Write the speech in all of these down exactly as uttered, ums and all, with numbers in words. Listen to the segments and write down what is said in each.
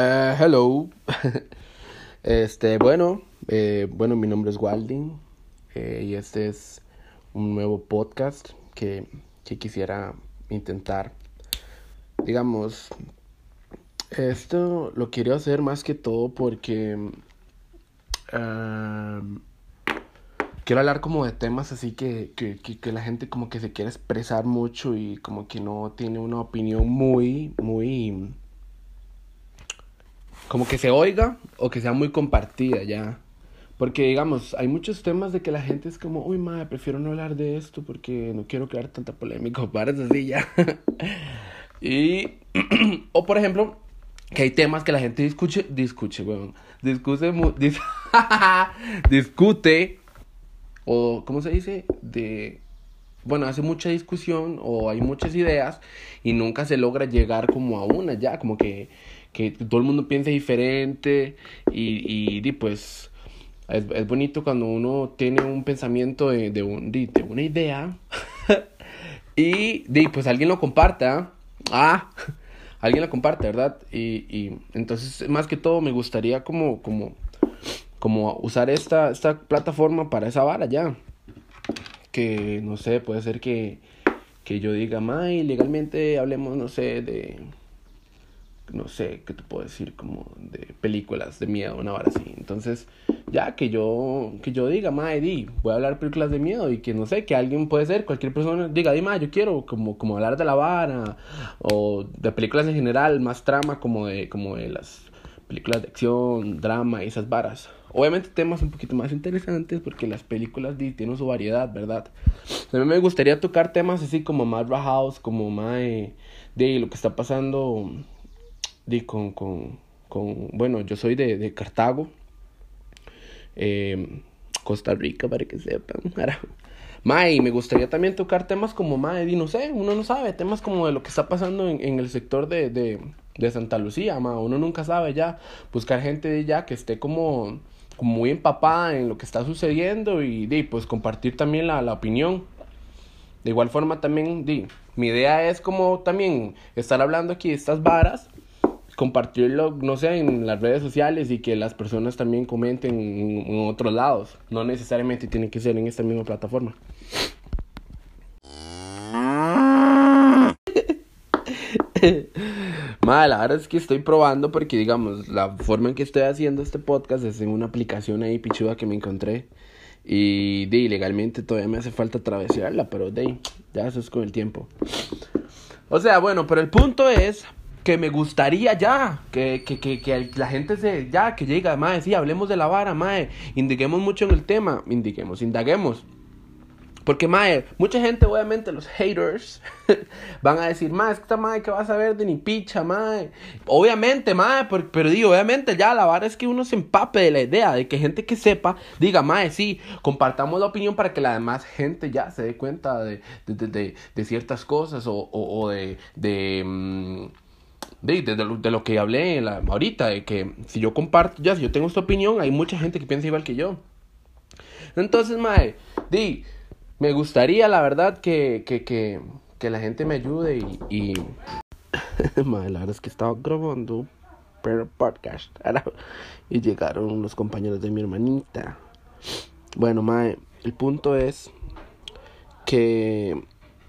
Uh, hello. este, bueno, eh, bueno, mi nombre es Walding eh, y este es un nuevo podcast que, que quisiera intentar. Digamos, esto lo quiero hacer más que todo porque uh, quiero hablar como de temas así que, que, que, que la gente como que se quiere expresar mucho y como que no tiene una opinión muy, muy... como que se oiga o que sea muy compartida ya. Porque, digamos, hay muchos temas de que la gente es como, uy, madre, prefiero no hablar de esto porque no quiero crear tanta polémica o paras así ya. y, o por ejemplo, que hay temas que la gente discute, discute, weón, discute, dis, discute, o, ¿cómo se dice? De, bueno, hace mucha discusión o hay muchas ideas y nunca se logra llegar como a una ya, como que, que todo el mundo piense diferente y, y, y pues... Es, es bonito cuando uno tiene un pensamiento de, de, un, de, de una idea y de, pues alguien lo comparta. Ah, alguien lo comparte, ¿verdad? Y, y entonces, más que todo, me gustaría como, como, como usar esta, esta plataforma para esa vara ya. Que, no sé, puede ser que, que yo diga, may, legalmente hablemos, no sé, de... no sé, ¿qué te puedo decir? Como de películas de miedo, una vara así. Entonces, ya que yo que yo diga, mae, di, voy a hablar de películas de miedo y que no sé, que alguien puede ser, cualquier persona diga, di, mae, yo quiero como, como hablar de la vara o de películas en general, más trama como de, como de las películas de acción, drama y esas varas. Obviamente temas un poquito más interesantes porque las películas di, tienen su variedad, ¿verdad? A mí me gustaría tocar temas así como más rajados, como mae, de lo que está pasando... Di con, con, con, bueno, yo soy de, de Cartago, eh, Costa Rica, para que sepan. Mae, me gustaría también tocar temas como, mae, di, no sé, uno no sabe, temas como de lo que está pasando en, en el sector de, de, de Santa Lucía, mae, uno nunca sabe ya, buscar gente de allá que esté como, como muy empapada en lo que está sucediendo y, di, pues compartir también la, la opinión. De igual forma también, di, mi idea es como también estar hablando aquí de estas varas, compartirlo, no sé, en las redes sociales y que las personas también comenten en, en otros lados. No necesariamente tiene que ser en esta misma plataforma. Madre, la verdad es que estoy probando porque, digamos, la forma en que estoy haciendo este podcast es en una aplicación ahí pichuda que me encontré. Y de ilegalmente todavía me hace falta atravesarla, pero de ya eso es con el tiempo. O sea, bueno, pero el punto es que me gustaría ya, que, que, que, que la gente se, ya, que llega, mae, sí, hablemos de la vara, mae, indiguemos mucho en el tema, indiguemos, indaguemos. Porque, mae, mucha gente, obviamente, los haters, van a decir, mae, es que esta mae que vas a ver de ni picha, mae. Obviamente, mae, pero, pero digo, obviamente, ya, la vara es que uno se empape de la idea, de que gente que sepa, diga, mae, sí, compartamos la opinión para que la demás gente ya se dé cuenta de, de, de, de, de ciertas cosas o, o, o de, de, mmm, de, de, de, lo, de lo que hablé la, ahorita, de que si yo comparto, ya, si yo tengo esta opinión, hay mucha gente que piensa igual que yo. Entonces, mae, di... me gustaría, la verdad, que, que, que, que la gente me ayude y... y... Madre, la verdad es que estaba grabando un podcast y llegaron los compañeros de mi hermanita. Bueno, madre, el punto es que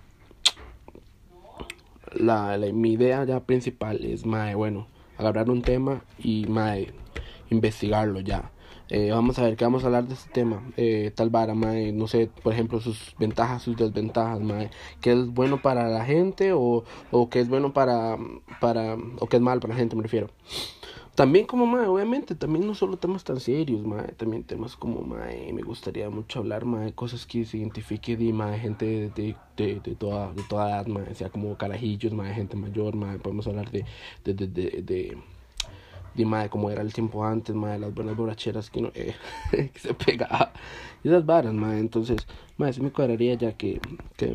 la, la, mi idea ya principal es, madre, bueno, agarrar un tema y, madre, investigarlo ya. Eh, vamos a ver qué vamos a hablar de este tema, eh, tal vara, mae, no sé, por ejemplo, sus ventajas, sus desventajas, mae, qué es bueno para la gente o, o qué es bueno para, para, o qué es mal para la gente, me refiero. También como, mae, obviamente, también no solo temas tan serios, mae, también temas como, mae, me gustaría mucho hablar, mae, cosas que se identifique de, mae, gente de, de, de, de, toda, de toda edad, mae, sea como carajillos, mae, gente mayor, mae, podemos hablar de, de, de, de, de de madre, como era el tiempo antes, madre, las buenas borracheras que, no, eh, que se pegaba. Y esas varas, madre. Entonces, madre, sí me cuadraría ya que, que,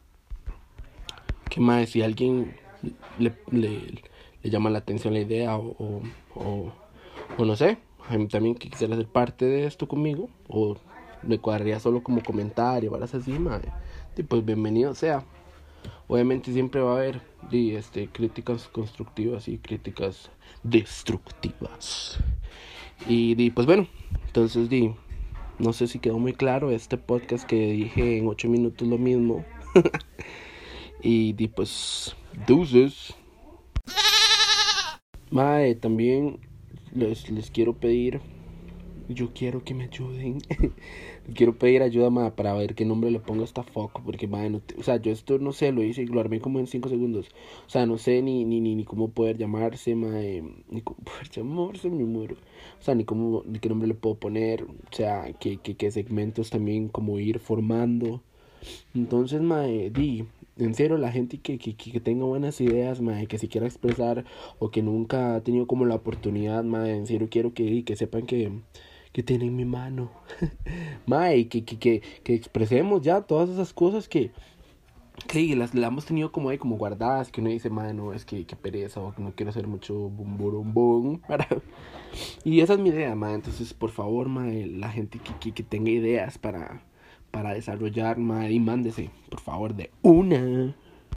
que madre, si alguien le, le, le llama la atención la idea o, o, o, o no sé, también que quisiera ser parte de esto conmigo, o me cuadraría solo como comentario, varas así, madre. Y pues bienvenido sea. obviamente siempre va a haber di, este, críticas constructivas y críticas destructivas. Y di, pues bueno, entonces di, no sé si quedó muy claro este podcast que dije en ocho minutos lo mismo. Y di, pues, deuces. Mae, también les, les quiero pedir, yo quiero que me ayuden. Quiero pedir ayuda, mae, para ver qué nombre le pongo a esta foco. Porque, mae, no te- o sea, yo esto no sé, lo hice y lo armé como en cinco segundos. O sea, no sé ni, ni, ni, ni cómo poder llamarse, mae, ni cómo poder llamarse, me muero. O sea, ni cómo, ni qué nombre le puedo poner. O sea, qué, qué, qué segmentos también como ir formando. Entonces, mae, di, en serio, la gente que, que, que tenga buenas ideas, mae, que se quiera expresar o que nunca ha tenido como la oportunidad, mae, en serio quiero que, que sepan que, que tienen mi mano. Mae, que, que, que, que expresemos ya todas esas cosas que, que las, las hemos tenido como ahí, como guardadas, que uno dice, mae, no, es que, que pereza o que no quiero hacer mucho bum, bum, bum, para... Y esa es mi idea, mae, entonces, por favor, mae, la gente que, que, que tenga ideas para, para desarrollar, mae, y mándese, por favor, de una.